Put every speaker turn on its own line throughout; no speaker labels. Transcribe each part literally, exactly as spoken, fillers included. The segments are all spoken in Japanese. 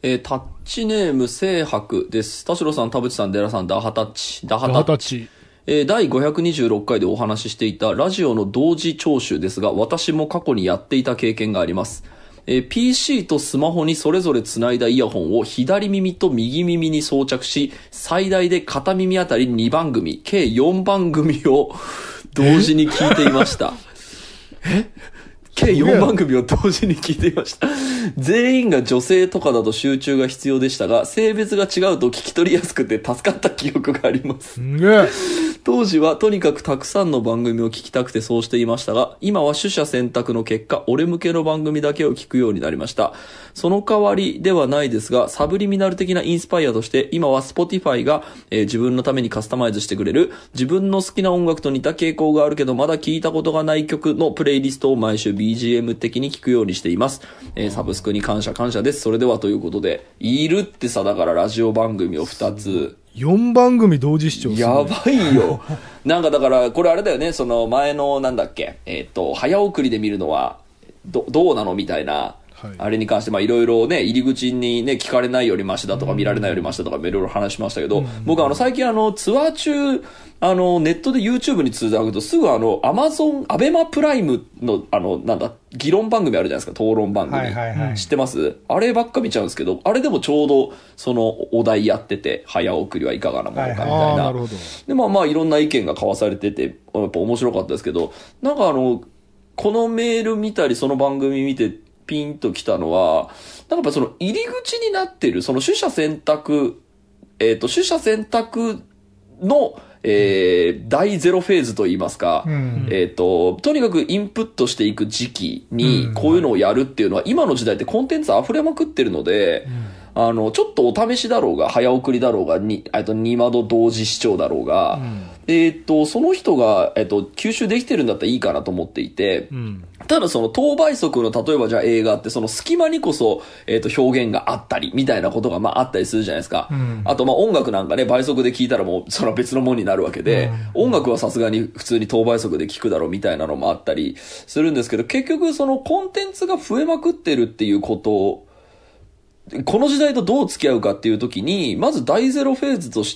えー、タッチネーム、聖白です。田代さん、田淵さん、デラさん、ダハタッチ。ダハタッチ。えー、だいごひゃくにじゅうろっかいでお話ししていたラジオの同時聴取ですが、私も過去にやっていた経験があります。えー、ピーシー とスマホにそれぞれつないだイヤホンを左耳と右耳に装着し、最大で片耳あたりにばん組、計よんばん組を同時に聞いていました。え計よんばん組を同時に聞いていました。全員が女性とかだと集中が必要でしたが、性別が違うと聞き取りやすくて助かった記憶があります。当時はとにかくたくさんの番組を聞きたくてそうしていましたが、今は取捨選択の結果、俺向けの番組だけを聞くようになりました。その代わりではないですが、サブリミナル的なインスパイアとして、今は Spotify が、えー、自分のためにカスタマイズしてくれる、自分の好きな音楽と似た傾向があるけど、まだ聞いたことがない曲のプレイリストを毎週 ビージーエム 的に聞くようにしています。えー、サブスクに感謝感謝です。それではということで、いるってさ、だからラジオ番組をふたつ。
よんばん組同時視聴する。
やばいよ。なんかだから、これあれだよね、その前のなんだっけ、えっと、早送りで見るのは、ど、どうなのみたいな。はい、あれに関して、まあいろいろね、入り口にね、聞かれないよりマシだとか見られないよりマシだとかいろいろ話しましたけど、うん、僕あの最近あのツアー中、あのネットで YouTube に通じるとすぐあの Amazon、アベマプライムのあのなんだ、議論番組あるじゃないですか、討論番組。はいはいはい、知ってます？あればっか見ちゃうんですけど、あれでもちょうどそのお題やってて、早送りはいかがなものかみたいな。はいはい、なるほど。で、まあまあいろんな意見が交わされてて、やっぱ面白かったですけど、なんかあの、このメール見たりその番組見て、ピンときたのは、なんかその入り口になってる、その取捨選択、えっと、取捨選択の、えー、第ゼロフェーズといいますか、うん、えっと、とにかくインプットしていく時期に、こういうのをやるっていうのは、今の時代ってコンテンツ溢れまくってるので、うん、あの、ちょっとお試しだろうが、早送りだろうが、に、えっと、に窓同時視聴だろうが、うん、えっと、その人が、えっと、吸収できてるんだったらいいかなと思っていて、うん、ただその等倍速の、例えばじゃあ映画ってその隙間にこそ、えっと、表現があったり、みたいなことがまああったりするじゃないですか。うん、あとまあ音楽なんかね、倍速で聴いたらもうそれは別のものになるわけで、うん、音楽はさすがに普通に等倍速で聴くだろうみたいなのもあったりするんですけど、結局そのコンテンツが増えまくってるっていうことを、この時代とどう付き合うかっていう時に、まず第ゼロフェーズとして、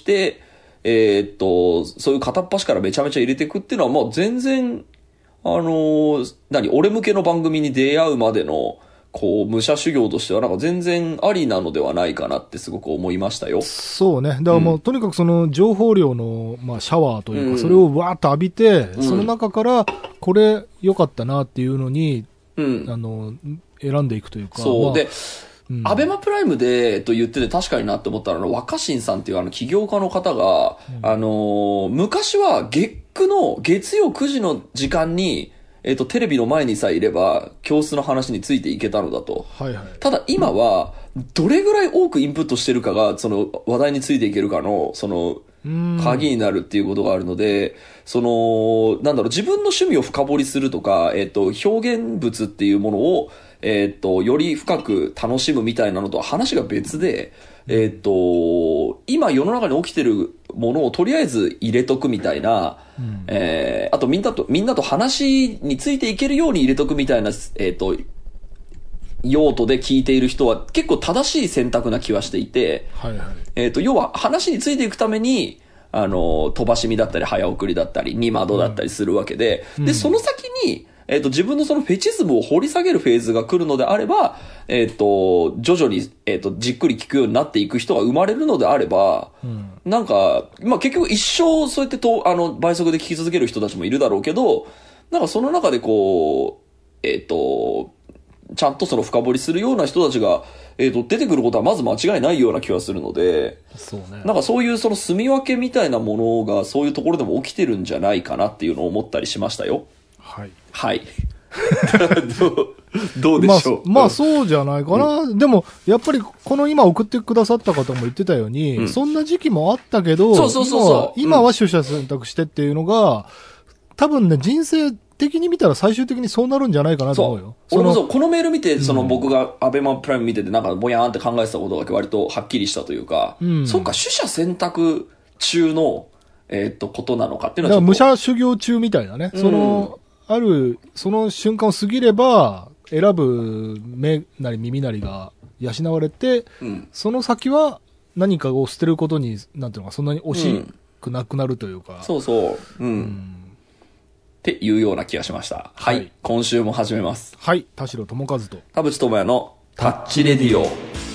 えー、っと、そういう片っ端からめちゃめちゃ入れていくっていうのはもう全然、あのー、何、俺向けの番組に出会うまでの、こう、武者修行としてはなんか全然ありなのではないかなってすごく思いましたよ。
そうね。だからもう、うん、とにかくその情報量の、まあ、シャワーというか、うん、それをわーっと浴びて、うん、その中から、これ良かったなっていうのに、うん、あの、選んでいくというか。
そう。
まあ、
で、うん、アベマプライムでと言ってて確かになって思ったのは、若新さんっていうあの起業家の方が、うん、あのー、昔は月くの月曜くじの時間に、えっと、テレビの前にさえいれば、教室の話についていけたのだと。はいはい。ただ今は、どれぐらい多くインプットしてるかが、その話題についていけるかの、その、鍵になるっていうことがあるので、その、なんだろう、自分の趣味を深掘りするとか、えっと、表現物っていうものを、えっと、より深く楽しむみたいなのとは話が別で、えっと、今世の中に起きてるものをとりあえず入れとくみたいな、うん、えー、あとみんなと、みんなと話についていけるように入れとくみたいな、えっと、用途で聞いている人は結構正しい選択な気はしていて、はいはい、えっと、要は話についていくために、あの、飛ばし見だったり早送りだったり、二窓だったりするわけで、うん、で、その先に、えっと、自分のそのフェチズムを掘り下げるフェーズが来るのであれば、えっと、徐々に、えっと、じっくり聞くようになっていく人が生まれるのであれば、うん、なんか、まあ、結局一生そうやってと、あの、倍速で聞き続ける人たちもいるだろうけど、なんかその中でこう、えっと、ちゃんとその深掘りするような人たちが、えっと、出てくることはまず間違いないような気はするので、そうね。なんかそういうその住み分けみたいなものがそういうところでも起きてるんじゃないかなっていうのを思ったりしましたよ。はい。はい。どう、どうでしょう。
まあ、まあそうじゃないかな、うん。でも、やっぱりこの今送ってくださった方も言ってたように、うん、そんな時期もあったけど、
そうそうそうそう。
今は、今は取捨選択してっていうのが、多分ね、人生的に見たら最終的にそうなるんじゃないかなと思うよ。
そう。俺もそう、このメール見て、その僕がアベマプライム見ててなんかぼやーんって考えてたことが割とはっきりしたというか、うん、そっか、取捨選択中の、えー、っと、ことなのかっていうのはちょっと。だから
武者修行中みたいなね。うん、その、ある、その瞬間を過ぎれば、 選ぶ目なり耳なりが養われて、うん、その先は何かを捨てることに、なんていうのか、そんなに惜しくなくなるというか。
うん、そうそう。うん。うん、っていうような気がしました。はい。はい、今週も始めます。
はい。田代智和と
田淵智也のタッチレディオ。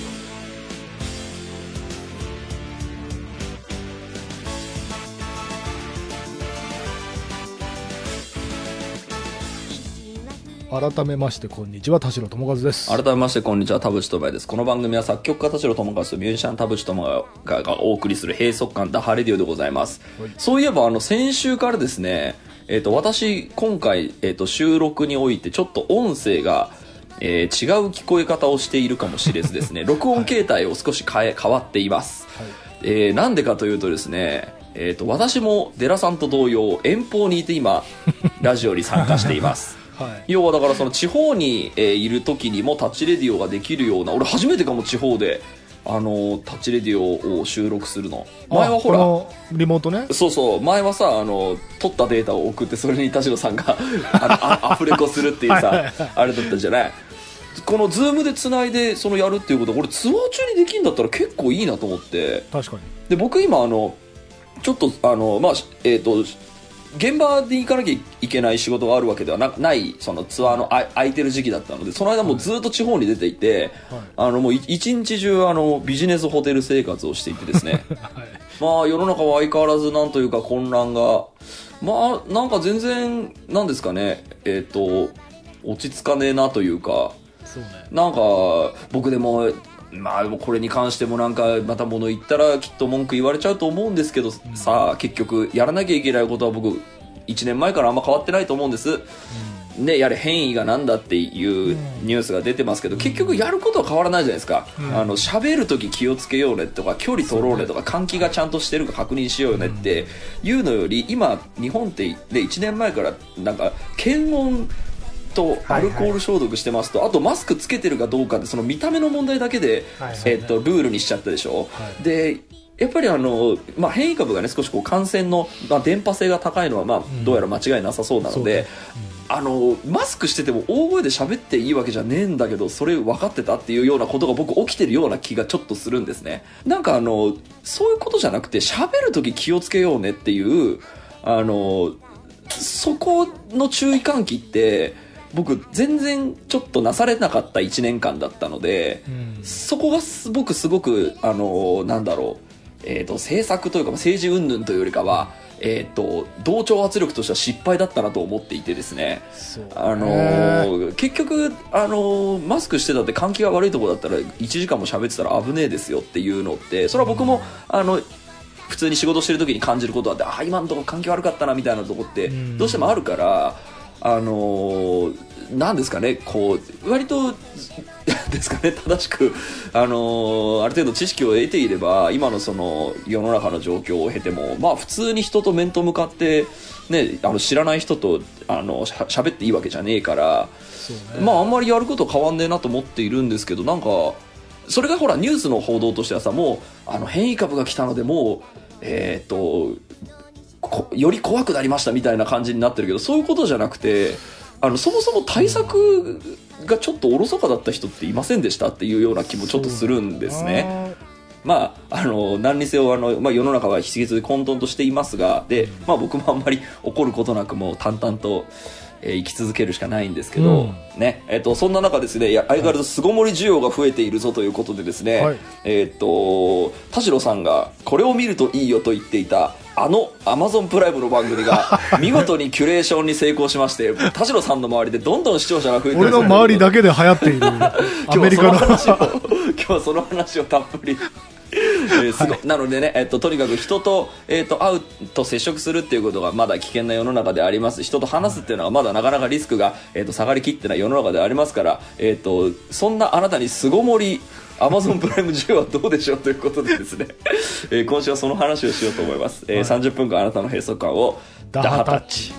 改めましてこんにちは、田代智和です。
改めましてこんにちは、田淵智也です。この番組は作曲家田代智和とミュージシャン田淵智也がお送りする閉塞感打破レディオでございます。はい、そういえばあの先週からですね、えっと私今回、えっと収録においてちょっと音声が、えー、違う聞こえ方をしているかもしれずですね録音形態を少し変え変わっています。はい、えー、なんでかというとですね、えっと私もデラさんと同様遠方にいて今ラジオに参加しています。はい、要はだからその地方に、えー、いる時にもタッチレディオができるような、俺初めてかも地方であのタッチレディオを収録するの。前はほら
リモートね。
そうそう、前はさあの撮ったデータを送ってそれに田代さんがああアフレコするっていうさはいはい、はい、あれだったじゃない。このズームでつないでそのやるっていうことは俺ツアー中にできるんだったら結構いいなと思って。
確かに。
で僕今あのちょっとあのまあえっ、ー、と現場で行かなきゃいけない仕事があるわけでは な, ないそのツアーのあ空いてる時期だったので、その間もうずっと地方に出ていて、はい、あのもう一日中あのビジネスホテル生活をしていてですね、はい、まあ世の中は相変わらずなんというか混乱がまあなんか全然なんですかね、えっ、ー、と落ち着かねえなというか、そうね、なんか僕でもまあこれに関してもなんかまた物言ったらきっと文句言われちゃうと思うんですけど、うん、さあ結局やらなきゃいけないことは僕いちねんまえからあんま変わってないと思うんです、うん、でやれ変異がなんだっていうニュースが出てますけど、うん、結局やることは変わらないじゃないですか、うん、あの喋るとき気をつけようねとか距離取ろうねとか換気がちゃんとしてるか確認しようよねっていうのより、今日本ってでいちねんまえからなんか検温とアルコール消毒してますと、はいはい、あとマスクつけてるかどうかってその見た目の問題だけで、はいはい、えー、っとルールにしちゃったでしょ、はい、でやっぱりあの、まあ、変異株がね少しこう感染の、まあ、伝播性が高いのは、まあ、どうやら間違いなさそうなので、うん、あのマスクしてても大声で喋っていいわけじゃねえんだけどそれ分かってたっていうようなことが僕起きてるような気がちょっとするんですね。なんかあのそういうことじゃなくて喋るとき気をつけようねっていうあのそこの注意喚起って僕全然ちょっとなされなかったいちねんかんだったので、うん、そこが僕すごくあのなんだろう、えーと、政策というか政治云々というよりかは、えーと、同調圧力としては失敗だったなと思っていてですね、あの結局あのマスクしてたって換気が悪いところだったらいちじかんも喋ってたら危ねえですよっていうのってそれは僕も、うん、あの普通に仕事してる時に感じることはあ今のところ換気悪かったなみたいなところってどうしてもあるから、あのー、なんですかね、こう割とですかね正しく、あのー、ある程度知識を得ていれば今のその世の中の状況を経ても、まあ、普通に人と面と向かって、ね、あの知らない人とあのしゃ喋っていいわけじゃねえから、そうね、まあ、あんまりやること変わんねえなと思っているんですけど、なんかそれがほらニュースの報道としてはさ、もうあの変異株が来たのでもうえー、っとより怖くなりましたみたいな感じになってるけど、そういうことじゃなくて、あのそもそも対策がちょっとおろそかだった人っていませんでしたっていうような気もちょっとするんですね。まあ、あの何にせよあの、まあ、世の中は引き続き混沌としていますが、で、まあ、僕もあんまり怒ることなくもう淡々と、えー、生き続けるしかないんですけど、うんねえー、とそんな中ですね、相変わらず巣ごもり需要が増えているぞということでですね、はい、えー、と田代さんがこれを見るといいよと言っていたあのアマゾンプライムの番組が見事にキュレーションに成功しまして田代さんの周りでどんどん視聴者が増えている。
俺の周りだけで流行っているアメリカの
今日はその話をたっぷりえー、すごはい、なのでね、えっと、とにかく人と、えっと、会うと接触するっていうことがまだ危険な世の中であります。人と話すっていうのはまだなかなかリスクが、えっと、下がりきってない世の中でありますから、えっと、そんなあなたに巣ごもりアマゾンプライム需要はどうでしょうということでですね、えー、今週はその話をしようと思います、えーはい、さんじゅっぷんかんあなたの閉塞感を
ダハタッチ。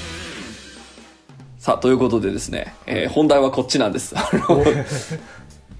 さあということでですね、えー、本題はこっちなんです。あの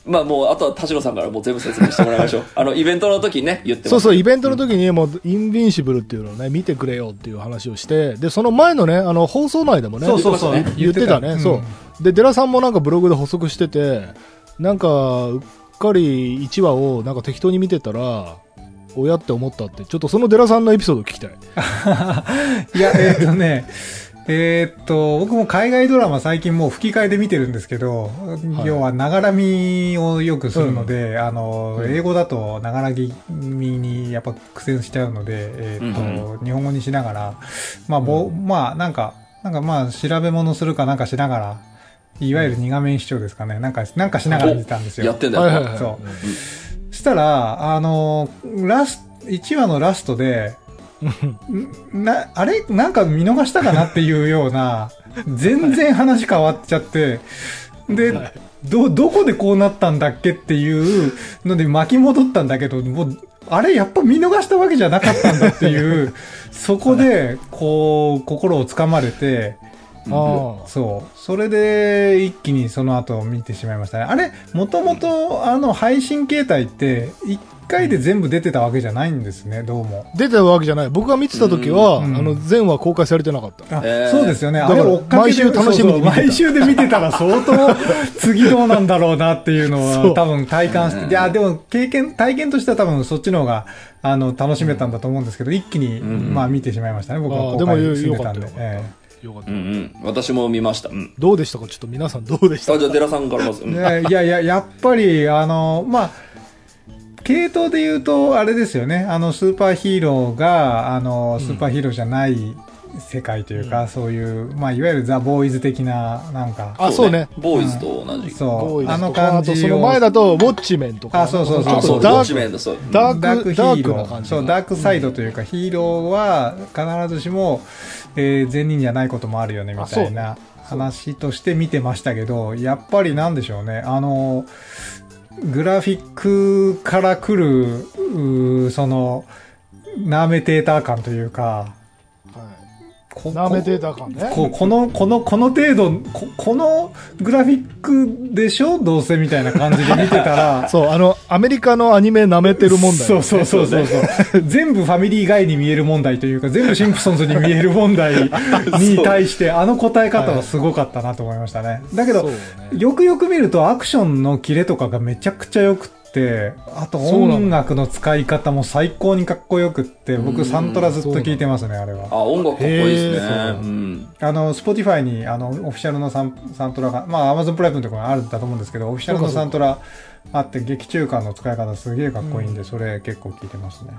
まあもうあとは田代さんからもう全部説明してもらいましょう。あのイベントの時にね言ってます。
そうそうイベントの時にもうインビンシブルっていうのをね見てくれよっていう話をして、でその前のねあの放送内でもね
そうそうそう
言ってたね。うん、そうでデラさんもなんかブログで補足してて、なんかうっかりいちわをなんか適当に見てたら親って思ったって、ちょっとそのデラさんのエピソード聞きたい。
いやえー、っとね。えー、っと、僕も海外ドラマ最近もう吹き替えで見てるんですけど、はい、要は、ながらみをよくするので、うん、あの、英語だとながら気味にやっぱ苦戦しちゃうので、えー、っと、うん、日本語にしながら、まあ、ぼ、うん、まあ、なんか、なんかまあ、調べ物するかなんかしながら、いわゆる二画面視聴ですかね。なんか、なんかしながら見てたんですよ。
やってんだよ。はいはいはい、
そう。うん、したら、あの、ラス、いちわのラストで、な、あれなんか見逃したかなっていうような、全然話変わっちゃって、で、ど、どこでこうなったんだっけっていうので巻き戻ったんだけど、もう、あれやっぱ見逃したわけじゃなかったんだっていう、そこで、こう、心をつかまれて、あそう。それで、一気にその後見てしまいましたね。あれ、もともと、あの、配信形態って、一回で全部出てたわけじゃないんですね、どうも。
出てたわけじゃない。僕が見てた時は、うん、あの、全話公開されてなかった。
あ、えー、そうですよね。あれ追っかけで
毎週楽しみに見てた。
毎週で見てたら相当、次どうなんだろうなっていうのは、多分体感して、いや、でも経験、体験としては多分そっちの方が、あの、楽しめたんだと思うんですけど、一気に、うん、まあ見てしまいましたね、僕は公開してたんで。えー
よかった。うんうん。私も見ました。うん、
どうでしたかちょっと皆さんどうでしたか。
あ、じゃあ、寺さんからまず。うん、
いやいやいや、やっぱり、あの、まあ、系統で言うと、あれですよね。あの、スーパーヒーローが、あの、スーパーヒーローじゃない世界というか、うん、そういう、まあ、いわゆるザ・ボーイズ的な、なんか。
あ、そうね。
ボーイズと同じ。
うん、そう。あの感じを。
その前だと、ウォッチメンとか。
あ、そうそうそうそう。
ダーク、
ダークヒーロー。そう、ダークサイドというか、うん、ヒーローは必ずしも、えー、善人じゃないこともあるよね、みたいな話として見てましたけど、やっぱりなんでしょうね。あの、グラフィックから来る、その、ナーメテーター感というか、
こナーメテーター感ね。
ここの、この、この程度こ、このグラフィックでしょどうせみたいな感じで見てたら。
そう、あの、アメリカのアニメ舐めてる問題、ね。
そうそうそうそうそう。全部ファミリーガイに見える問題というか、全部シンプソンズに見える問題に対して、あの答え方はすごかったなと思いましたね。だけど、ね、よくよく見るとアクションのキレとかがめちゃくちゃ良くて、あと音楽の使い方も最高にかっこよくって、僕サントラずっと聴いてますね、あれは。
あ、音楽かっこいいですね。うん、
あの、スポティファイに、あの、オフィシャルのサン、サントラが、まあ、アマゾンプライムのところにあるんだと思うんですけど、オフィシャルのサントラあって、劇中歌の使い方すげえかっこいいんで、うん、それ結構聴いてますね。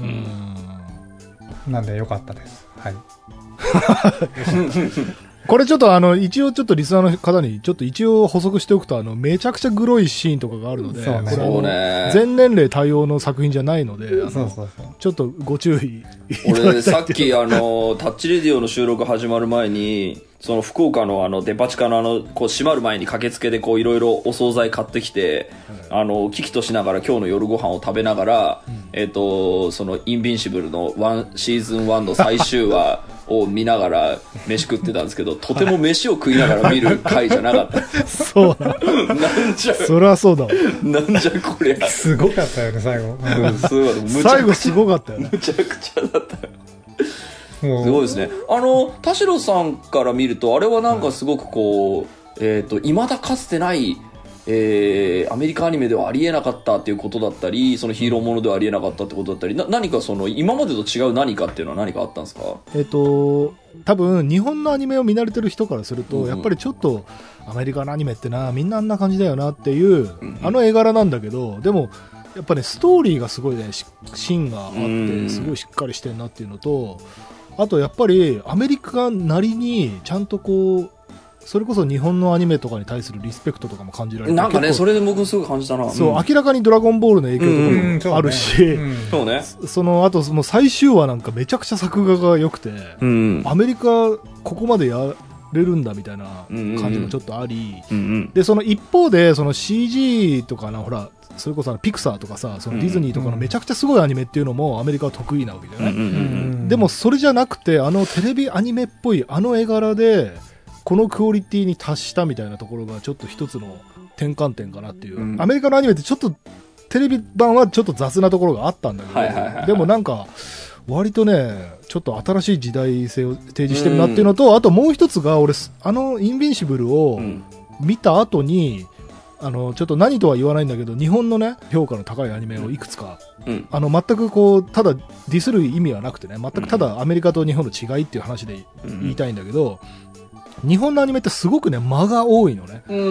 うん。なんでよかったです。はい。
これちょっとあの、一応ちょっとリスナーの方にちょっと一応補足しておくと、あの、めちゃくちゃグロいシーンとかがあるので、
そうね、
これ全年齢対応の作品じゃないので、
そうそうそう
ちょっとご注意。
俺さっきあの、タッチレディオの収録始まる前に、その福岡のあのデパ地下のあのこう閉まる前に駆けつけでこういろいろお惣菜買ってきて、はい、あの危機としながら今日の夜ご飯を食べながら、うん、えっとそのインビンシブルのワンシーズンワンの最終話を見ながら飯食ってたんですけど、とても飯を食いながら見る回じゃなかった。
そうな。なんじゃ。そりゃそうだわ。
なんじゃこりゃ。
すごかったよね最後。
うん、すごい。
最後すごかったよね。
むちゃくちゃだったよ。すごいですね。あの田代さんから見るとあれはなんかすごくこう、はい、えっと未だかつてない、えー、アメリカアニメではありえなかったっていうことだったり、そのヒーローものではありえなかったってことだったり、な何かその今までと違う何かっていうのは何かあったんですか？
えっと多分日本のアニメを見慣れてる人からすると、うん、やっぱりちょっとアメリカのアニメってなみんなあんな感じだよなっていう、うん、あの絵柄なんだけど、でもやっぱねストーリーがすごいね芯があってすごいしっかりしてるなっていうのと、あとやっぱりアメリカなりにちゃんとこうそれこそ日本のアニメとかに対するリスペクトとかも感じられて、
なんかねそれで僕すごい感じたな。
そう、うん、明らかにドラゴンボールの影響とかもあるし、
そうね。
そのあとその最終話なんかめちゃくちゃ作画が良くて、うん、アメリカここまでやれるんだみたいな感じもちょっとあり、うんうん、でその一方でその シージー とかなほら。それこそピクサーとかさ、そのディズニーとかのめちゃくちゃすごいアニメっていうのもアメリカは得意なわけじゃない、うんうんうん、でもそれじゃなくてあのテレビアニメっぽいあの絵柄でこのクオリティに達したみたいなところがちょっと一つの転換点かなっていう、
うん、
アメリカのアニメってちょっとテレビ版はちょっと雑なところがあったんだけど、
はいはいはいはい、
でもなんか割とねちょっと新しい時代性を提示してるなっていうのと、うん、あともう一つが俺あのインビンシブルを見た後に、あのちょっと何とは言わないんだけど日本のね評価の高いアニメをいくつか、うん、あの全くこうただディスる意味はなくてね、全くただアメリカと日本の違いっていう話で言いたいんだけど、うん、日本のアニメってすごくね間が多いのね、うん、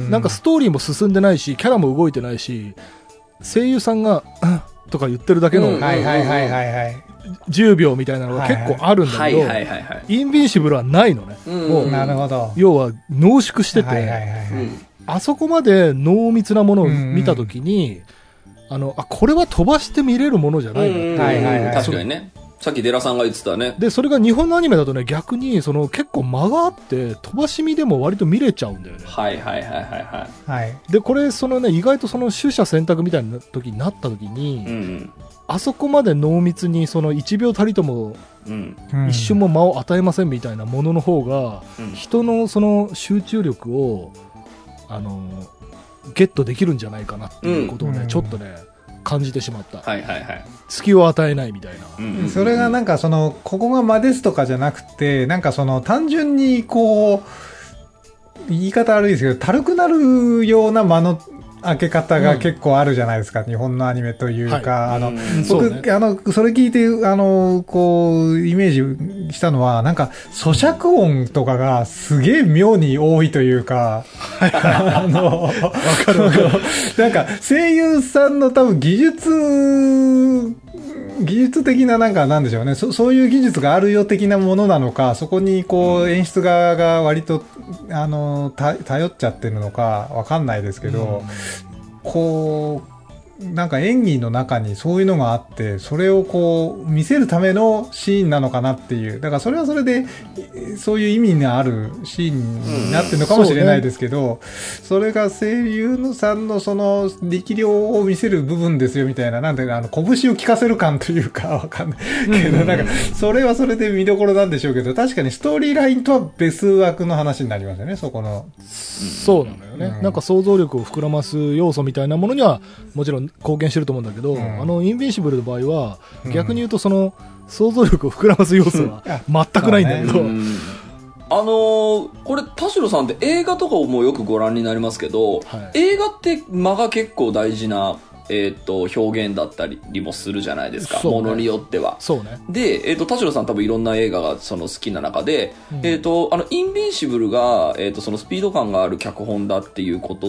なんかストーリーも進んでないしキャラも動いてないし声優さんがとか言ってるだけのじゅうびょうみたいなのが結構あるんだけど、インビンシブルはないのね、うん、もう
なるほど、
要は濃縮してて、はいはいはいはい、あそこまで濃密なものを見たときに、うん、あのあこれは飛ばして見れるものじゃないなっていう、うんはいはいはい、
確かにね、さっきデラさんが言ってたね。
でそれが日本のアニメだとね逆にその結構間があって飛ばし見でも割と見れちゃうんだよね。
はいはいはいはいはい。
でこれそのね意外とその取捨選択みたいな時になった時に、うん、あそこまで濃密にそのいちびょうたりとも、うん、一瞬も間を与えませんみたいなものの方が、うん、人のその集中力をあのゲットできるんじゃないかなっていうことをね、うん、ちょっとね感じてしまった、はいはいはい、隙を与えないみたいな、
うんうん、それがなんかそのここが間ですとかじゃなくてなんかその単純にこう言い方悪いですけどたるくなるような間の開け方が結構あるじゃないですか、うん、日本のアニメというか、はい、あの、うん、僕、ね、あのそれ聞いてあのこうイメージしたのはなんか咀嚼音とかがすげえ妙に多いというかあのわかるわかるなんか声優さんの多分技術技術的ななんかなんでしょうね そ, そういう技術があるよ的なものなのかそこにこう演出側が割とあの頼っちゃってるのかわかんないですけど、うん、こうなんか演技の中にそういうのがあってそれをこう見せるためのシーンなのかなっていうだからそれはそれでそういう意味のあるシーンになってるのかもしれないですけど、うん そ, ね、それが声優さんのその力量を見せる部分ですよみたいななんてあの拳を効かせる感というかわかんないけど、うん、なんかそれはそれで見どころなんでしょうけど確かにストーリーラインとは別枠の話になりますよねそこの
そうなのよね、うん、なんか想像力を膨らます要素みたいなものにはもちろん貢献してると思うんだけど、うん、あのインビンシブルの場合は、うん、逆に言うとその想像力を膨らます要素は全くないんだけど、うん、
あのー、これ田代さんって映画とかもよくご覧になりますけど、はい、映画って間が結構大事なえー、と表現だったりもするじゃないですか、ね、ものによっては。
そうね。
で、えー、と田代さん多分いろんな映画がその好きな中で、うん、えー、とあのインビンシブルが、えー、とそのスピード感がある脚本だっていうことって、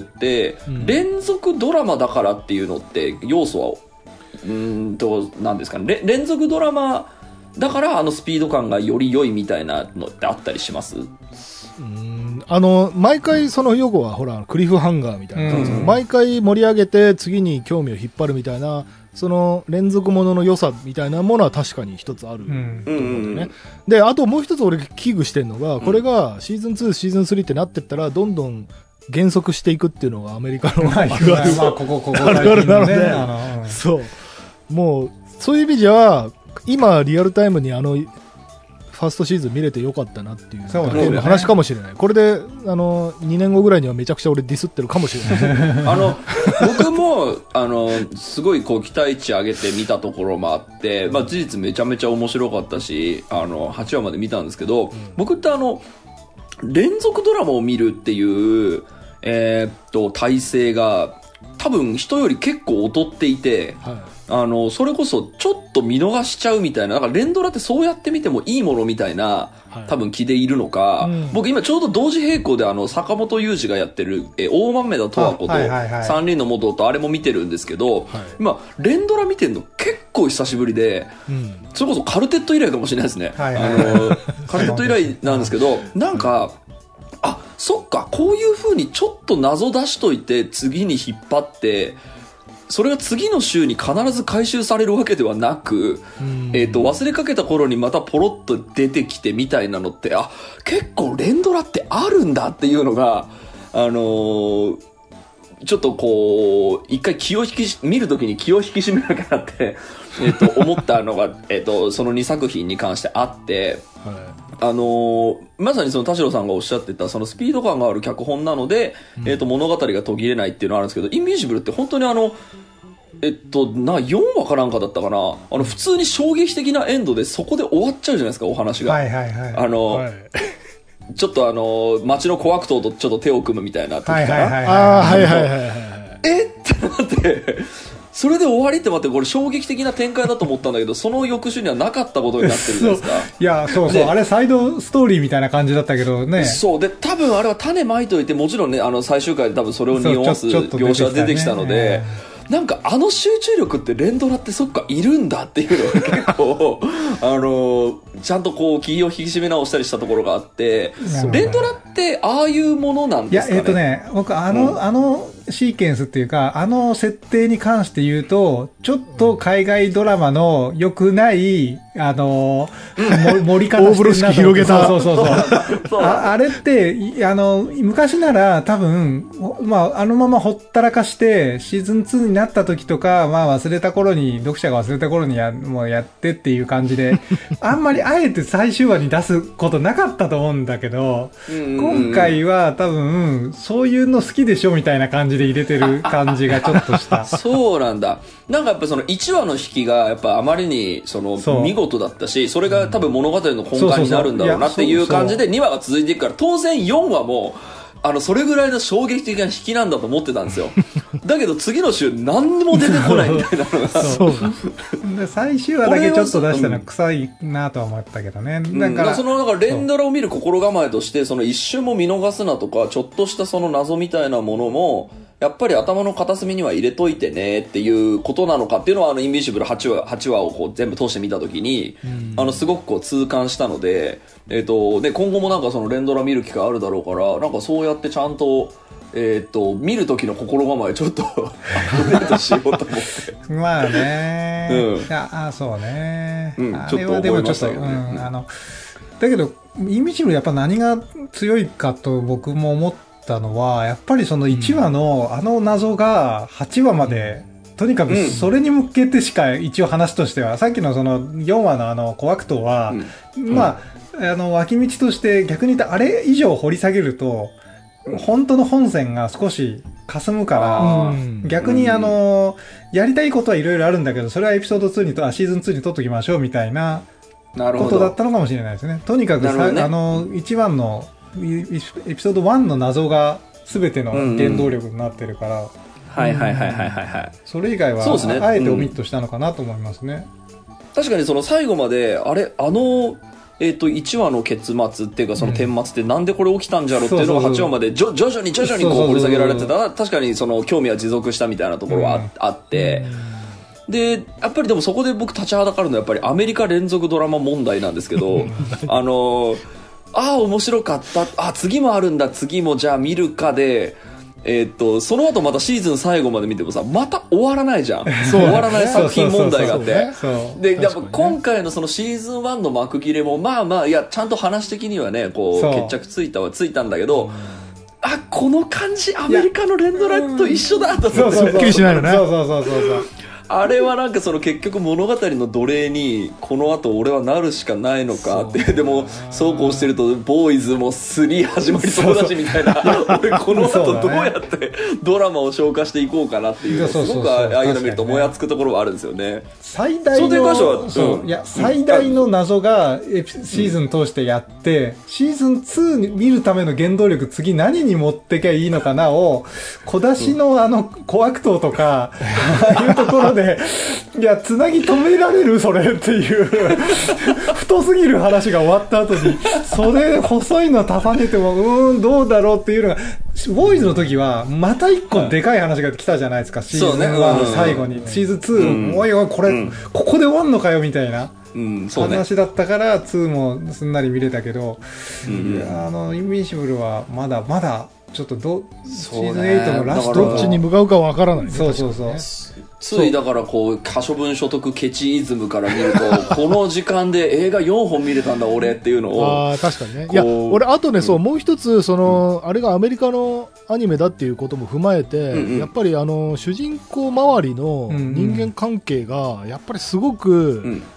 うん、連続ドラマだからっていうのって要素はうーんと何ですかね、連続ドラマだからあのスピード感がより良いみたいなのってあったりします？
うーんあの毎回その用語はほらクリフハンガーみたいな、うん、毎回盛り上げて次に興味を引っ張るみたいなその連続ものの良さみたいなものは確かに一つあると思うんだよね、うん、であともう一つ俺危惧してるのがこれがシーズンツーシーズンスリーってなってったらどんどん減速していくっていうのがアメリカのあるあるあるなので、あのそうもうそういう意味じゃ今リアルタイムにあのファーストシーズン見れてよかったなっていうだけの話かもしれない、ね、これであのにねんごぐらいにはめちゃくちゃ俺ディスってるかもしれない
あの僕もあのすごいこう期待値上げて見たところもあって、まあ、事実めちゃめちゃ面白かったしあのはちわまで見たんですけど、うん、僕ってあの連続ドラマを見るっていう、えー、っと体制が多分人より結構劣っていて、はい、あのそれこそちょっと見逃しちゃうみたいな、なんか連ドラってそうやって見てもいいものみたいな、はい、多分気でいるのか、うん、僕今ちょうど同時並行であの坂本雄二がやってるえ大豆田十和子と三輪の元とあれも見てるんですけど、はい、今連ドラ見てるの結構久しぶりで、うん、それこそカルテット以来かもしれないですね、はいはい、あのカルテット以来なんですけどなんかあそっかこういう風にちょっと謎出しといて次に引っ張ってそれが次の週に必ず回収されるわけではなく、えーと、忘れかけた頃にまたポロッと出てきてみたいなのってあ結構連ドラってあるんだっていうのがあのー、ちょっとこう一回気を引き見るときに気を引き締めなきゃなって、えー、と思ったのが、えー、とそのにさく品に関してあって、はいあのー、まさにその田代さんがおっしゃってたそのスピード感がある脚本なので、うん、えっと物語が途切れないっていうのはあるんですけど、インビジブルって本当にあのえっとなよんわかなんかだったかな、あの普通に衝撃的なエンドでそこで終わっちゃうじゃないですか、お話が。
はいはいはい。
あの、はい、ちょっとあの街の小悪党とちょっと手を組むみたいな時かな。はいはいはい。ああはいはいはいはい。えってなって。それで終わりって待って、これ衝撃的な展開だと思ったんだけど、その翌週にはなかったことになってるじゃないですか。
いや、そうそう、あれサイドストーリーみたいな感じだったけどね。
そう。で、多分あれは種まいといて、もちろんね、あの最終回で多分それを匂わす描写が出てきたので、なんかあの集中力って連ドラってそっかいるんだっていうのが結構あのちゃんとこう気を引き締め直したりしたところがあって、連ドラってああいうものなんですかね。
いや、えっとね、僕あの、うん、あのシーケンスっていうか、あの設定に関して言うと、ちょっと海外ドラマの良くない、あの、盛り方してるなと。大風呂敷広げた。そうそうそうそうあ。あれって、あの、昔なら多分、まあ、あのままほったらかして、シーズンツーになった時とか、まあ忘れた頃に、読者が忘れた頃にや、もうやってっていう感じで、あんまりあえて最終話に出すことなかったと思うんだけど、今回は多分、そういうの好きでしょみたいな感じで入れてる感じがちょっとした。
そうなんだ。なんかやっぱそのいちわの引きがやっぱあまりにその見事だったし、それが多分物語の根幹になるんだろうなっていう感じでにわが続いていくから、当然よんわもあのそれぐらいの衝撃的な引きなんだと思ってたんですよ。だけど次の週何にも出てこないみたいなのが
そうで最終話だけちょっと出したのは臭いなとは思ったけどね。
だから、うん、そのだから連ドラを見る心構えとして、その一瞬も見逃すなとか、ちょっとしたその謎みたいなものもやっぱり頭の片隅には入れといてねっていうことなのかっていうのは、あのインビジブルはちわ、はちわをこう全部通してみたときに、うん、あのすごくこう痛感したので、えっとで今後もなんかその連ドラ見る機会あるだろうから、なんかそうやってちゃんとえっと見る時の心構えちょっとアップデートしようと思って
まあね、うん、ああそうね、うん、あれはでもちょっと、うん、あのだけどインビジブルやっぱ何が強いかと僕も思ったのは、やっぱりそのいちわのあの謎がはちわまで、とにかくそれに向けてしか一応話としては、さっきのそのよんわのあの小悪党は、うん、まあ、あの脇道として逆に言ったあれ以上掘り下げると、本当の本線が少し霞むから、逆にあの、やりたいことはいろいろあるんだけど、それはエピソードツーにと、あ、シーズンツーに撮っときましょうみたいなことだったのかもしれないですね。とにかくさ、ね、あの、一番のエピソードワンの謎が全ての原動力になってるから、
はいはいはいはいはいはい。
それ以外は、ね、あえてオミットしたのかなと思いますね。
うん、確かにその最後まで、あれ、あの、えっと、いちわの結末っていうかその顛末ってなんでこれ起きたんじゃろっていうのがはちわまで徐々に徐々にこう掘り下げられてたら、確かにその興味は持続したみたいなところは あ,、うん、あって、でやっぱりでもそこで僕立ちはだかるのはやっぱりアメリカ連続ドラマ問題なんですけどあのああ面白かった、あ次もあるんだ、次もじゃあ見るかで、えー、っとその後またシーズン最後まで見てもさ、また終わらないじゃん。終わらない作品問題があって、でやっぱ今回のそのシーズンワンの幕切れもまあまあ、いやちゃんと話的にはねこう決着ついたはついたんだけど、あこの感じアメリカの連ドラと一緒だと思って、すっきりしないよね。そうそうそうそうそうあれはなんかその結局物語の奴隷にこの後俺はなるしかないのかって、でもそうこうしてるとボーイズもスリー始まりそうだしみたいな、俺この後どうやってドラマを消化していこうかなっていう、すごくああいうの見るともやつくところはあるんですよね。
最大のそう、いや最大の謎がシーズン通してやって、シーズンツーに見るための原動力次何に持ってけばいいのかなを小出しのあの小悪党とかああいうところでいやつなぎ止められるそれっていう太すぎる話が終わった後にそれ細いの重ねてもうーんどうだろうっていうのが、ボーイズの時はまた一個でかい話が来たじゃないですか、シーズンワンの最後に、シーズンツー、おいおいこれ、うん、ここで終わんのかよみたいなうんそうね、話だったからツーもすんなり見れたけど、うんうん、あのインビンシブルはまだまだちょっとど、ね、シーズンエイトのラスト
どっちに向かうかわからない、ね、
そうそうそう、
ついだからこう可処分所得ケチイズムから見るとこの時間で映画よんほん見れたんだ俺っていうのを
あ確かにね、いや俺あとね、うん、そうもう一つその、うん、あれがアメリカのアニメだっていうことも踏まえて、うんうん、やっぱりあの主人公周りの人間関係がやっぱりすごく、うん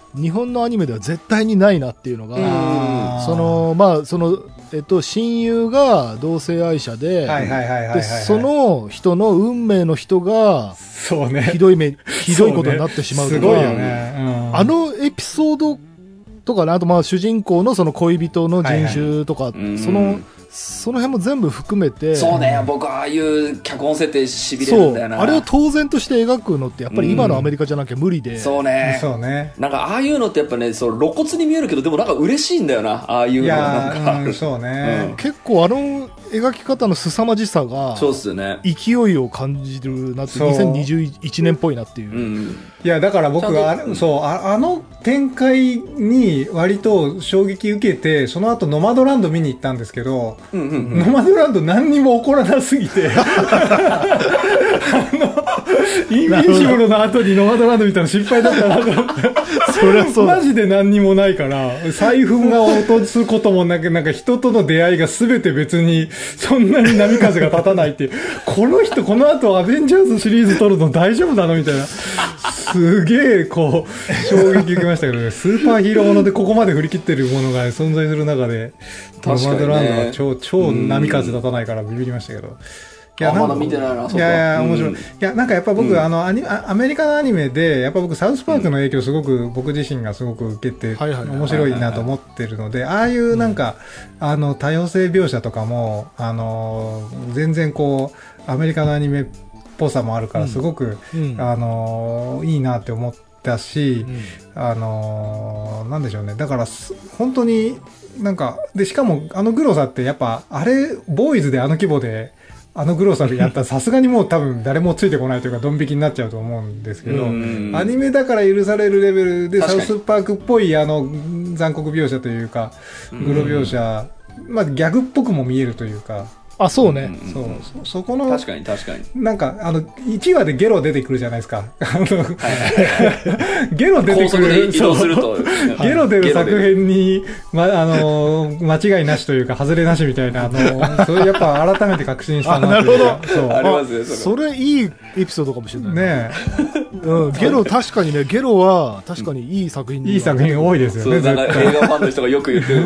日本のアニメでは絶対にないなっていうのが、
あー
そのまあそのえっと親友が同性愛者で、
はいはいはいはいはいはい
でその人の運命の人が
そうね。
ひどい目ひどいことになってしまうとか、
すごいよね。うん
あのエピソードとかね、あとまあ主人公のその恋人の人種とか、
はいはい
その
うん
その辺も全部含めて、
そうね、僕ああいう脚本設定しびれ
そう
るんだよな。
あれを当然として描くのってやっぱり今のアメリカじゃなきゃ無理で、
そうね。
そうね。
なんかああいうのってやっぱね、そう露骨に見えるけど、でもなんか嬉しいんだよな、ああいう
い
のなんか。
やー、うん、そうね。
結構あの描き方の凄まじさが
そうっすよね。
勢いを感じるなって
そう
にせんにじゅういちねんっぽいなっていう、
うん。
いや、だから僕
ちゃんと
あれ、そう、ああの展開に割と衝撃受けて、その後ノマドランド見に行ったんですけど、
うんうんうん。
ノマドランド何にも起こらなすぎて、あの、インビンシブルの後にノマドランド見たの失敗だったなと思って。
そりゃそうだ
マジで何にもないから、財布が落とすこともなく、なんか人との出会いが全て別に、そんなに波風が立たないっていう、この人この後アベンジャーズシリーズ撮るの大丈夫なのみたいな。すげえ、こう、衝撃受けましたけどね、スーパーヒーローものでここまで振り切ってるものが存在する中で、ノ
確かにね
マドランドは超、超波風立たないからビビりましたけど。い
あ
なんか
まだ見てないな、そうか。
いやいや、面白い。
うん
いや、なんかやっぱ僕、
うん
あのアニ、アメリカのアニメで、やっぱ僕、サウスパークの影響すごく、僕自身がすごく受けて、
はいはいはい
面白いなと思ってるので、ああいうなんか、あの、多様性描写とかも、あの、全然こう、アメリカのアニメっぽさもあるから、すごく、
うん
あの、いいなって思ったし、
うん
あの、なんでしょうね。だからす、本当になんか、で、しかも、あのグロさって、やっぱ、あれ、ボーイズであの規模で、あのグロさでやったらさすがにもう多分誰もついてこないというかドン引きになっちゃうと思うんですけど、
うん
アニメだから許されるレベルでサ
確かに
ウスパークっぽいあの残酷描写というか、グロ描写、まあギャグっぽくも見えるというか、
あそうね、
うん
そう、そ、そこの、
確かに確かに。
なんか、あの、いちわでゲロ出てくるじゃないですか。あの、ゲロ出てく
高速で
る。
移動すると。
そうゲロ出る作品に、ま、あの、間違いなしというか、外れなしみたいな、あの、それやっぱ改めて確信したなというか。そう。
ありますね、それ。
それいいエピソードかもしれない
ね
うん、ゲロ確かにねゲロは確かにいい作品
え、いい作品多いですよね、
そう、なんか
絶対。
映画ファンの人がよく言ってる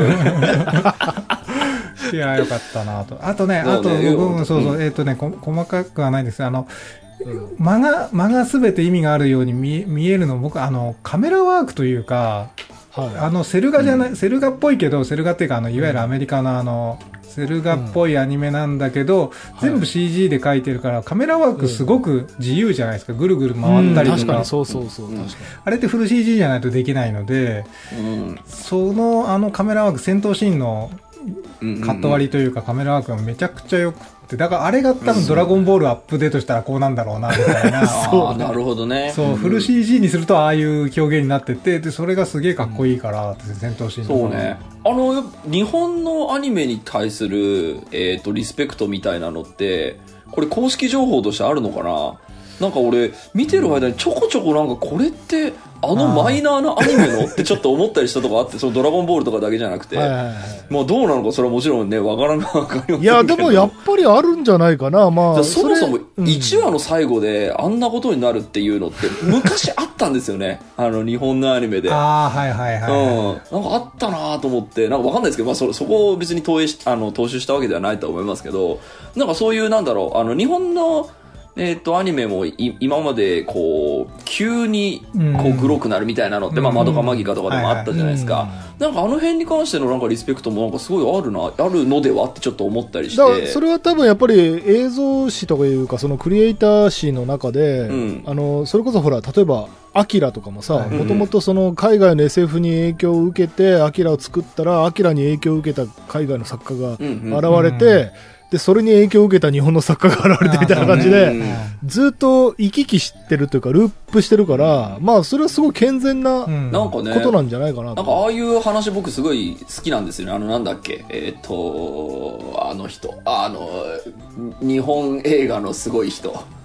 いや、よかったなと。あとね、あと、
そうね
僕もそうそう、えっとね、こ細かくはないんですけど、あの、間が、間がすべて意味があるように見え見えるの、僕、あの、カメラワークというか、
は
あの、セル画じゃない、セル画っぽいけど、セル画っていうか、あの、いわゆるアメリカのあの、セル画っぽいアニメなんだけど、全部 シージー で描いてるから、カメラワークすごく自由じゃないですか。ぐるぐる
い、
回ったりとか。
確かにそうそうそう、
うん
確か
あれってフル シージー じゃないとできないので、
うん
その、あのカメラワーク、戦闘シーンの
うん
カット割りというかカメラワークがめちゃくちゃ良くて、だからあれが多分ドラゴンボールアップデートしたらこうなんだろうな、みたいな。
ああ、なるほどね。
そう、フル シージー にするとああいう表現になってて、で、それがすげえかっこいいから、戦闘シーンとか
そうね。あの、日本のアニメに対する、えっと、リスペクトみたいなのって、これ公式情報としてあるのかな？なんか俺、見てる間にちょこちょこなんかこれって、あのマイナーなアニメのってちょっと思ったりしたとこあって、そのドラゴンボールとかだけじゃなくて、
はいはいはい
もうどうなのかそれはもちろんね、わからん、わかりませんけど。
いやでもやっぱりあるんじゃないかな、まあ
そもそも
れ
いちわの最後であんなことになるっていうのって昔あったんですよね。あの日本のアニメで。
ああ、はいはいはい。
うん。なんかあったなと思って、なんかわかんないですけど、まあそ、そこを別に投影し、あの、踏襲したわけではないと思いますけど、なんかそういう、なんだろう、あの、日本の、えっと、アニメもい今まで、こう、急に、こう、グロくなるみたいなのって、
うん
まあ、マドカマギカとかでもあったじゃないですか。
はいは
なんかあの辺に関してのなんかリスペクトもなんかすごいあるな、あるのではってちょっと思ったりして。
だからそれは多分やっぱり映像誌とかいうかそのクリエイター誌の中で、
うん
あのそれこそほら例えばアキラとかもさ、
はい
もともとその海外の エスエフ に影響を受けてアキラを作ったらアキラに影響を受けた海外の作家が
うんうん
現れて、でそれに影響を受けた日本の作家が現れてみたいな感じで、
うん
ずっと行き来してるというかループしてるから、まあそれはすごい健全なこ
うん
なんかね、
となんじゃないかなと。
なんかああいう話僕すごい好きなんですよね。あのなんだっけ、えっ、と、あの人、あの、日本映画のすごい人。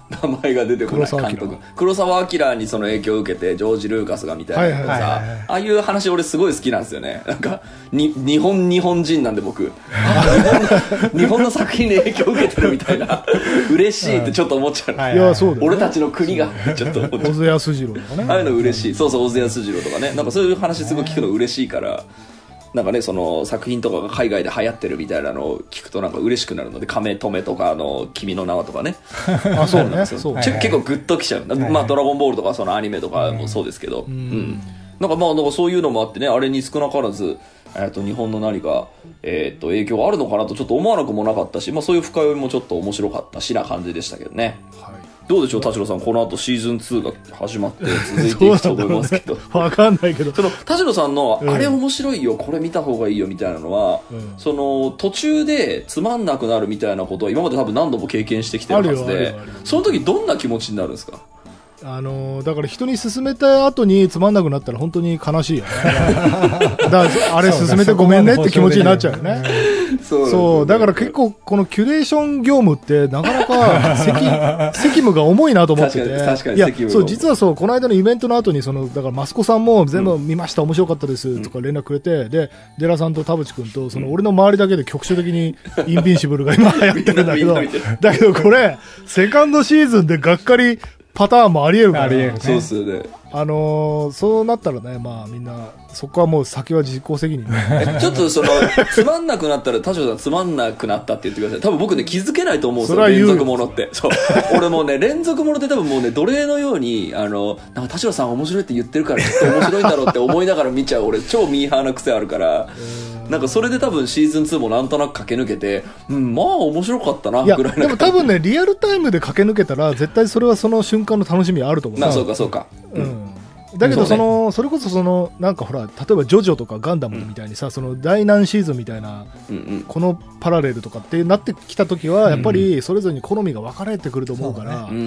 名前が出てこない監督黒澤明にその影響を受けてジョージ・ルーカスがみたいなさ、はいはいはいはい、ああいう話俺すごい好きなんですよね。なんかに日本日本人なんで僕日本の日本の作品で影響を受けてるみたいな嬉しいってちょっと思っちゃう、はい、いやそうだよね、俺たちの国がちょっと小
津安二郎とかね、
ああいうの嬉しい、そうそう小津安二郎とかね、なんかそういう話すごい聞くの嬉しいから、なんかね、その作品とかが海外で流行ってるみたいなのを聞くとなんか嬉しくなるので、亀止めとかあの君の名はとかね
あそうねそう
結構グッときちゃう、はいはい、まあドラゴンボールとかそのアニメとかもそうですけど、うん、うん、なんかまあなんかそういうのもあってね、あれに少なからずえー、と日本の何か、えー、と影響があるのかなとちょっと思わなくもなかったし、まあ、そういう深読みもちょっと面白かったしな感じでしたけどね、はい、どうでしょう田代さん、この後シーズンツーが始まって続いていくと思いますけど
分かんないけど、
その田代さんの、うん、あれ面白いよこれ見た方がいいよみたいなのは、うん、その途中でつまんなくなるみたいなことは今まで多分何度も経験してきてるはずで、その時どんな気持ちになるんですか？
あのー、だから人に勧めた後につまんなくなったら本当に悲しいよねだからあれ勧めてごめんねって気持ちになっちゃうよねそう、そうだから結構このキュレーション業務ってなかなか責, 責務が重いなと思ってて、確かに確かに責務、いやそう実はそうこの間のイベントの後にそのだからマスコさんも全部見ました、うん、面白かったですとか連絡くれて、でデラさんと田淵君とその俺の周りだけで局所的にインビンシブルが今流行ってるんだけどだけどこれセカンドシーズンでがっかりパターンもありえるから、ね、
そうですよね。
あのー、そうなったらね、まあみんなそこはもう先は自己責任
ちょっとそのつまんなくなったら田代さんつまんなくなったって言ってください。多分僕ね気づけないと思うんですよ、連続ものって。そう俺もね連続ものって多分もうね奴隷のようにあのなんか田代さん面白いって言ってるからきっと面白いんだろうって思いながら見ちゃう俺超ミーハーな癖あるからなんかそれで多分シーズンツーもなんとなく駆け抜けて、うん、まあ面白かったなぐらいな。
でも多分ねリアルタイムで駆け抜けたら絶対それはその瞬間の楽しみあると思う。
まあそうかそうか、
うん、だけどその、ね、それこそそのなんかほら例えばジョジョとかガンダムみたいにさ、うん、その第何シーズンみたいな、うんうん、このパラレルとかってなってきた時はやっぱりそれぞれに好みが分かれてくると思うから、うん、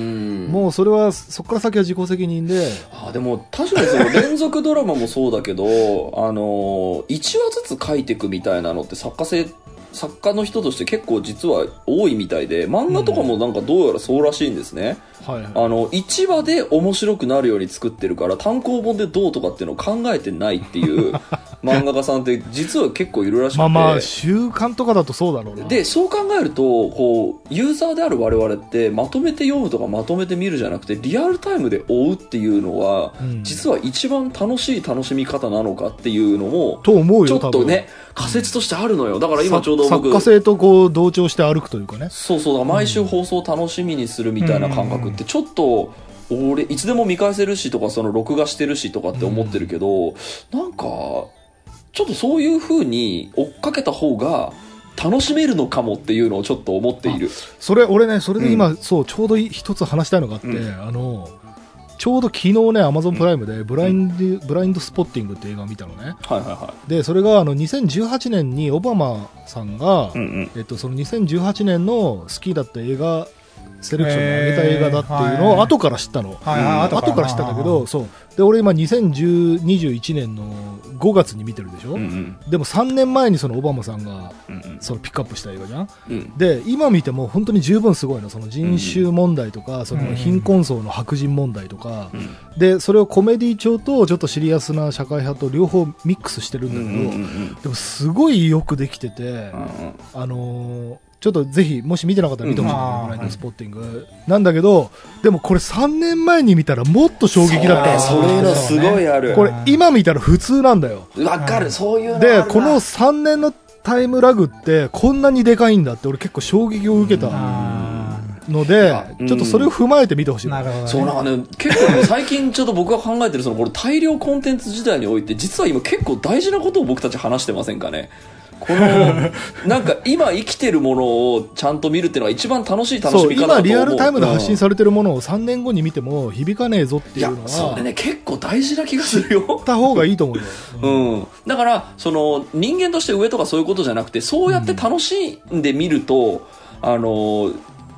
もうそれはそこから先は自己責任で。
あでも確かにその連続ドラマもそうだけどあのいちわずつ書いていくみたいなのって作家性作家の人として結構実は多いみたいで、漫画とかもなんかどうやらそうらしいんですね、うんはいはい、あのいちわで面白くなるように作ってるから単行本でどうとかっていうのを考えてないっていう漫画家さんって実は結構いるらしくて、まあ
まあ週刊とかだとそうだろうな。
でそう考えるとこうユーザーである我々ってまとめて読むとかまとめて見るじゃなくてリアルタイムで追うっていうのは、うん、実は一番楽しい楽しみ方なのかっていうのも
と思うよ、
ちょっとね仮説としてあるのよ。だから今ちょうど僕
作家性とこう同調して歩くというかね、
そうそうだ毎週放送を楽しみにするみたいな感覚ってちょっと俺いつでも見返せるしとかその録画してるしとかって思ってるけど、なんかちょっとそういう風に追っかけた方が楽しめるのかもっていうのをちょっと思っている。
それ俺ねそれで今、うん、そうちょうど一つ話したいのがあって、うん、あのちょうど昨日ねアマゾンプライムでブラインド、うん、ブラインドスポッティングって映画を見たのね、はいはいはい、でそれがあのにせんじゅうはちねんにオバマさんが、うんうんえっと、そのにせんじゅうはちねんの好きだった映画セレクションに上げた映画だっていうのを後から知ったの、はいはい、後から知ったんだけど、そうで俺今にせんにじゅういちねんのごがつに見てるでしょ、うんうん、でもさんねんまえにそのオバマさんがそのピックアップした映画じゃん、うん、で今見ても本当に十分すごいの、その人種問題とか、うん、その貧困層の白人問題とか、うん、でそれをコメディ調とちょっとシリアスな社会派と両方ミックスしてるんだけど、うんうんうん、でもすごいよくできてて、うんうん、あのーちょっとぜひもし見てなかったら見てほしい、うん、ブラインドスポッティングなんだけど、でもこれさんねんまえに見たらもっと衝撃だった。
そういうのすごいある。
これ今見たら普通なんだよ。
わかる、そういうの
でこのさんねんのタイムラグってこんなにでかいんだって俺結構衝撃を受けたので、うん、ちょっとそれを踏まえて見てほしい、
なるほどね。そうなんかね結構ね最近ちょっと僕が考えてるそのこの大量コンテンツ時代において実は今結構大事なことを僕たち話してませんかね。このなんか今生きてるものをちゃんと見るっていうのが一番楽しい楽しみ方だと思う。
今リアルタイムで発信されてるものをさんねんごに見ても響かねえぞっていうのは、いや
それね結構大事な気がするよ。
言った方がいいと思うよ、
うんうん、だからその人間として上とかそういうことじゃなくてそうやって楽しんでみると、うん、あの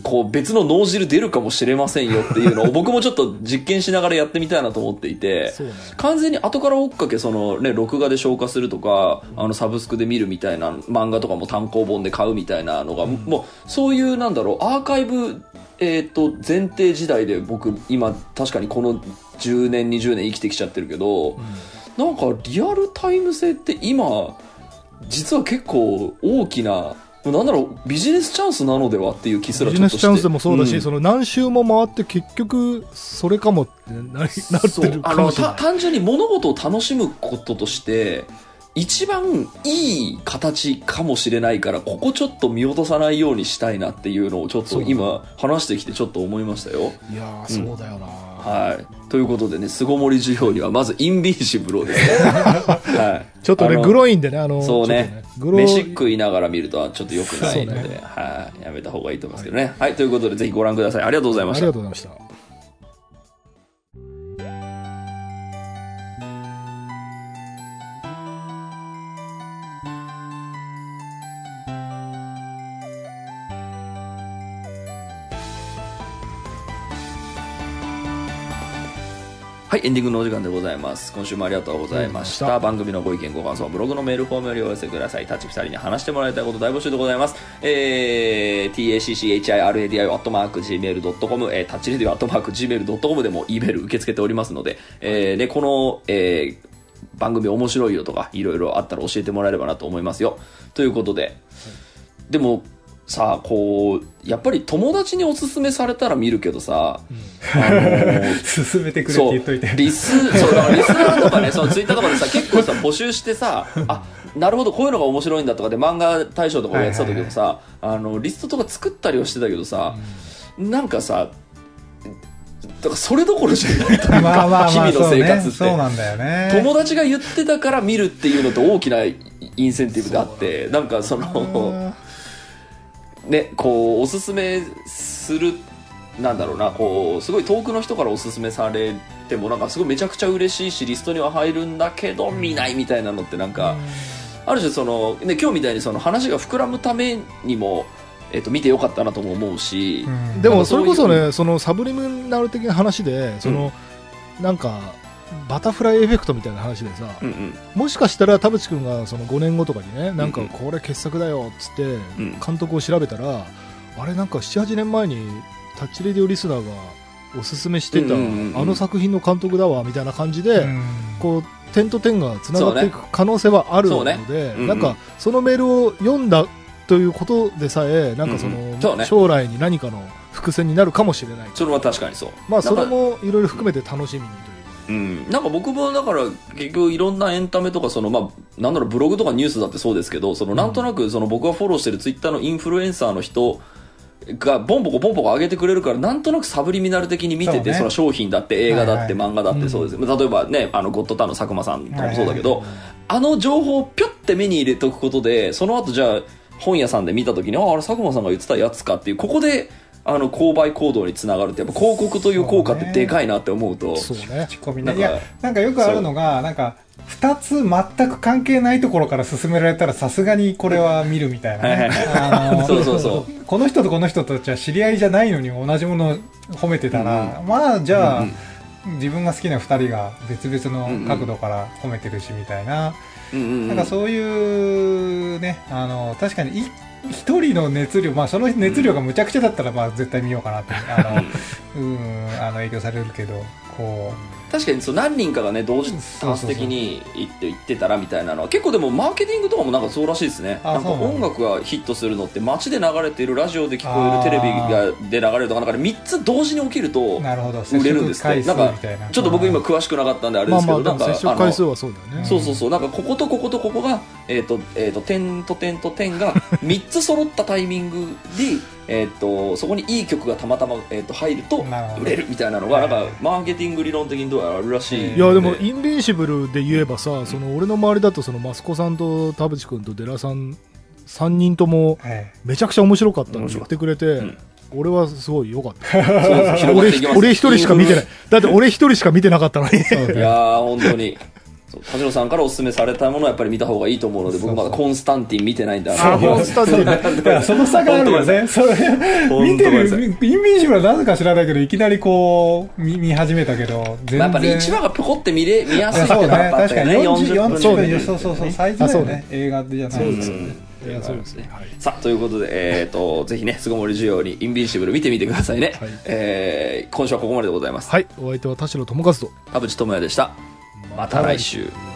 こう別の脳汁出るかもしれませんよっていうのを僕もちょっと実験しながらやってみたいなと思っていて、
そうね、
完全に後から追っかけそのね録画で消化するとか、あのサブスクで見るみたいな漫画とかも単行本で買うみたいなのが、うん、もうそういうなんだろうアーカイブえっと前提時代で僕今確かにこのじゅうねんにじゅうねん生きてきちゃってるけど、うん、なんかリアルタイム性って今実は結構大きななんだろうビジネスチャンスなのではっていう気すらちょっとして、ビジネスチャンスで
もそうだし、うん、その何周も回って結局それかもってななってるかもしれない。
あの単純に物事を楽しむこととして一番いい形かもしれないから、ここちょっと見落とさないようにしたいなっていうのをちょっと今話してきてちょっと思いましたよ。
いやーそうだよな、うん、
はい。ということでね、巣ごもり需要にはまずインビンシブルをですね、はい、
ちょっとねグロいんでね、あの
そうね、
ね
飯食いながら見るとはちょっと良くないので、ね、はい、やめた方がいいと思いますけどね、はい、はい、ということでぜひご覧ください。ありがとうございました。
ありがとうございました。
はい、エンディングのお時間でございます。今週もありがとうございました。番組のご意見ご感想はブログのメールフォームよりお寄せください。タッチふたりに話してもらいたいこと大募集でございます。えー、タッチレディオ アットマーク ジーメールドットコム、えー、タッチレディオ アットマーク ジーメールドットコム でも E メール受け付けておりますので、えー、でこの、えー、番組面白いよとかいろいろあったら教えてもらえればなと思いますよ。ということで、はい、でもさあこうやっぱり友達におすすめされたら見るけどさ、うん、あの
ー、勧めてくれって言っといて
リスそうだリスナーとかね、そのツイッターとかでさ結構さ募集してさ、あなるほどこういうのが面白いんだとかで漫画大賞とかをやってた時もさ、はいはいはい、あのリストとか作ったりはしてたけどさ、うん、なんかさだからそれどころじゃないというか、まあまあまあ日々の生活って
そうね、そうなんだよね。
友達が言ってたから見るっていうのと大きなインセンティブであって、なんかそのね、こうおすすめするなんだろうな、こうすごい遠くの人からおすすめされてもなんかすごいめちゃくちゃ嬉しいしリストには入るんだけど見ないみたいなのってなんか、ある種その、ね、今日みたいにその話が膨らむためにも、えっと、見てよかったなとも思うし、
うん、でもそれこそねそのサブリミナル的な話でその、うん、なんかバタフライエフェクトみたいな話でさ、うんうん、もしかしたら田淵君がそのごねんごとかにねなんかこれ傑作だよっつって監督を調べたら、うん、あれなんか ななはちねんまえにタッチレディオリスナーがおすすめしてた、うんうんうん、あの作品の監督だわみたいな感じで、うん、こう点と点がつながっていく可能性はあるので、ねうんうん、なんかそのメールを読んだということでさえなんかその、うんうんね、将来に何かの伏線になるかもしれない。
それは確かにそう。
まあそれもいろいろ含めて楽しみにという。
うん、なんか僕もだから結局いろんなエンタメとかそのまあなんだろうブログとかニュースだってそうですけど、そのなんとなくその僕がフォローしてるツイッターのインフルエンサーの人がボンボコボンボコ上げてくれるからなんとなくサブリミナル的に見てて、 そ,、ね、その商品だって映画だって漫画だってそうです、はいはい、例えばねあのゴッドタウンの佐久間さんとかもそうだけど、はいはいはい、あの情報をピョって目に入れておくことでその後じゃあ本屋さんで見た時にあああれ佐久間さんが言ってたやつかっていうここであの購買行動につながるってやっぱ広告という効果ってでかいなって思うと
そうね
口コミね。いやなんかよくあるのがなんかふたつ全く関係ないところから勧められたらさすがにこれは見るみたいな、ねあのー、
そうそうそう
この人とこの人たちは知り合いじゃないのに同じものを褒めてたら、うん、まあじゃあ、うんうん、自分が好きなふたりが別々の角度から褒めてるしみたいな、うんうん、なんかそういうねあの確かに一人の熱量、まあその熱量がむちゃくちゃだったらまあ絶対見ようかなってあのうんあの影響されるけどこう
確かにそう何人かがね同時多発的に言って言ってたらみたいなのは結構でもマーケティングとかもなんかそうらしいですね。なんか音楽がヒットするのって街で流れているラジオで聞こえるテレビがで流れるとかなんかみっつ同時に起きると売れるんですって。なんかちょっと僕今詳しくなかったんであれですけど、
まあ、まあ接触回数はそうだよね。
そうそうそうなんかこことこことここがえっとえっと点と点と点がみっつ揃ったタイミングでえー、とそこにいい曲がたまたま、えー、と入ると売れるみたいなのがなんかマーケティング理論的にどうやらあるらしい。
いやでもインビンシブルで言えばさその俺の周りだとそのマスコさんと田淵君とデラさんさんにんともめちゃくちゃ面白かったのを言ってくれて、うん、俺はすごい良かった俺, 俺一人しか見てないだって俺一人しか見てなかったのにい
やー本当に田代さんからお勧めされたものはやっぱり見た方がいいと思うので、僕まだコンスタンティン見てないんだ。
あ、コンスタンティン。
いや、その差があるよね。それ、見てる、インビンシブルはなぜか知らないけど、いきなりこう、見、見始めたけど、全然。
やっぱりいちわがぴょこって見れ、見やすいって
そうね、確かに
よんじゅっぷん。
そうね、そうそうそう、サイズだよね。映画じゃない。
そうですよね。いや、そうですね。
さあ、ということで、えっと、ぜひね、巣ごもり需要にインビンシブル見てみてくださいね。はい、えー、今週はここまででございます。
はい、お相手は田代智和と
田淵智也でした。また来週。